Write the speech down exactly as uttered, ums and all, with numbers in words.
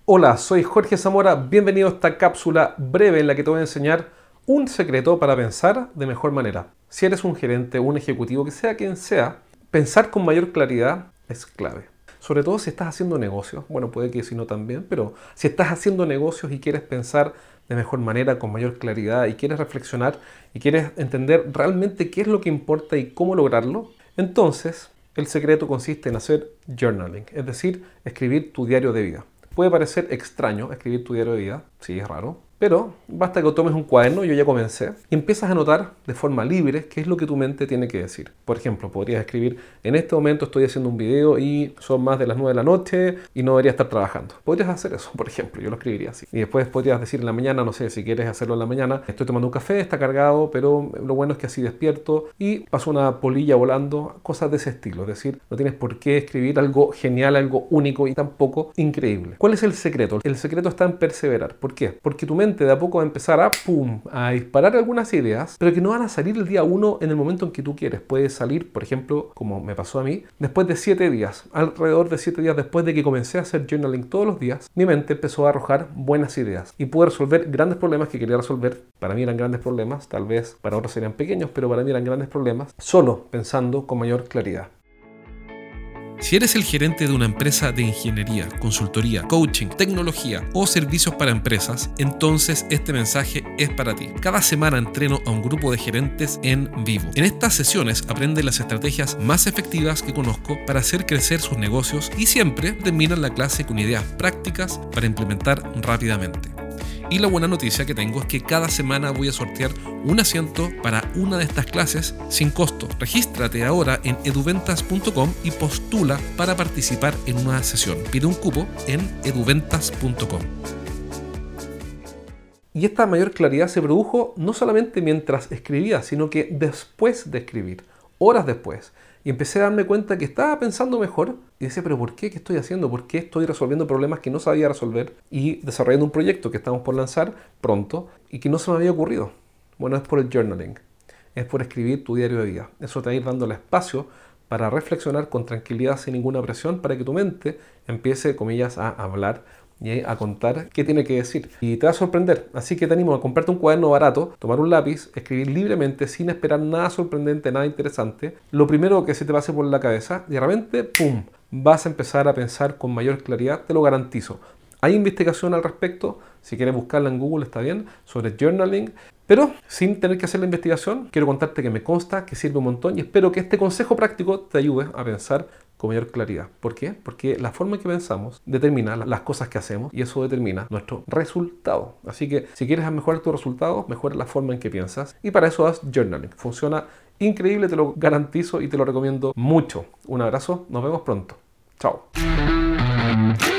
Hola, soy Jorge Zamora, bienvenido a esta cápsula breve en la que te voy a enseñar un secreto para pensar de mejor manera. Si eres un gerente o un ejecutivo, que sea quien sea, pensar con mayor claridad es clave. Sobre todo si estás haciendo negocios, bueno, puede que si no también, pero si estás haciendo negocios y quieres pensar de mejor manera, con mayor claridad, y quieres reflexionar y quieres entender realmente qué es lo que importa y cómo lograrlo, entonces el secreto consiste en hacer journaling, es decir, escribir tu diario de vida. Puede parecer extraño escribir tu diario de vida, sí, es raro, pero basta que tomes un cuaderno, yo ya comencé, y empiezas a anotar de forma libre qué es lo que tu mente tiene que decir. Por ejemplo, podrías escribir: en este momento estoy haciendo un video y son más de las nueve de la noche y no debería estar trabajando. Podrías hacer eso, por ejemplo, yo lo escribiría así. Y después podrías decir en la mañana, no sé, si quieres hacerlo en la mañana: estoy tomando un café, está cargado, pero lo bueno es que así despierto y pasó una polilla volando, cosas de ese estilo. Es decir, no tienes por qué escribir algo genial, algo único y tampoco increíble. ¿Cuál es el secreto? El secreto está en perseverar. ¿Por qué? Porque tu mente de a poco va a empezar a, pum, a disparar algunas ideas, pero que no van a salir el día uno en el momento en que tú quieres. Puede salir, por ejemplo, como me pasó a mí, después de siete días. Alrededor de siete días después de que comencé a hacer journaling todos los días, mi mente empezó a arrojar buenas ideas y pude resolver grandes problemas que quería resolver. Para mí eran grandes problemas, tal vez para otros serían pequeños, pero para mí eran grandes problemas, solo pensando con mayor claridad. Si eres el gerente de una empresa de ingeniería, consultoría, coaching, tecnología o servicios para empresas, entonces este mensaje es para ti. Cada semana entreno a un grupo de gerentes en vivo. En estas sesiones aprende las estrategias más efectivas que conozco para hacer crecer sus negocios y siempre terminan la clase con ideas prácticas para implementar rápidamente. Y la buena noticia que tengo es que cada semana voy a sortear un asiento para una de estas clases sin costo. Regístrate ahora en eduventas punto com y postula para participar en una sesión. Pide un cupo en eduventas punto com. Y esta mayor claridad se produjo no solamente mientras escribía, sino que después de escribir, horas después. Y empecé a darme cuenta que estaba pensando mejor y decía: ¿pero por qué? ¿Qué estoy haciendo? ¿Por qué estoy resolviendo problemas que no sabía resolver y desarrollando un proyecto que estamos por lanzar pronto y que no se me había ocurrido? Bueno, es por el journaling, es por escribir tu diario de vida. Eso te va a ir dando el espacio para reflexionar con tranquilidad, sin ninguna presión, para que tu mente empiece, comillas, a hablar y a contar qué tiene que decir. Y te va a sorprender. Así que te animo a comprarte un cuaderno barato, tomar un lápiz, escribir libremente, sin esperar nada sorprendente, nada interesante. Lo primero que se te pase por la cabeza, y de repente, ¡pum!, vas a empezar a pensar con mayor claridad, te lo garantizo. Hay investigación al respecto, si quieres buscarla en Google está bien, sobre journaling. Pero sin tener que hacer la investigación, quiero contarte que me consta, que sirve un montón, y espero que este consejo práctico te ayude a pensar con mayor claridad. ¿Por qué? Porque la forma en que pensamos determina las cosas que hacemos y eso determina nuestro resultado. Así que si quieres mejorar tus resultados, mejora la forma en que piensas, y para eso haz journaling. Funciona increíble, te lo garantizo y te lo recomiendo mucho. Un abrazo, nos vemos pronto. Chao.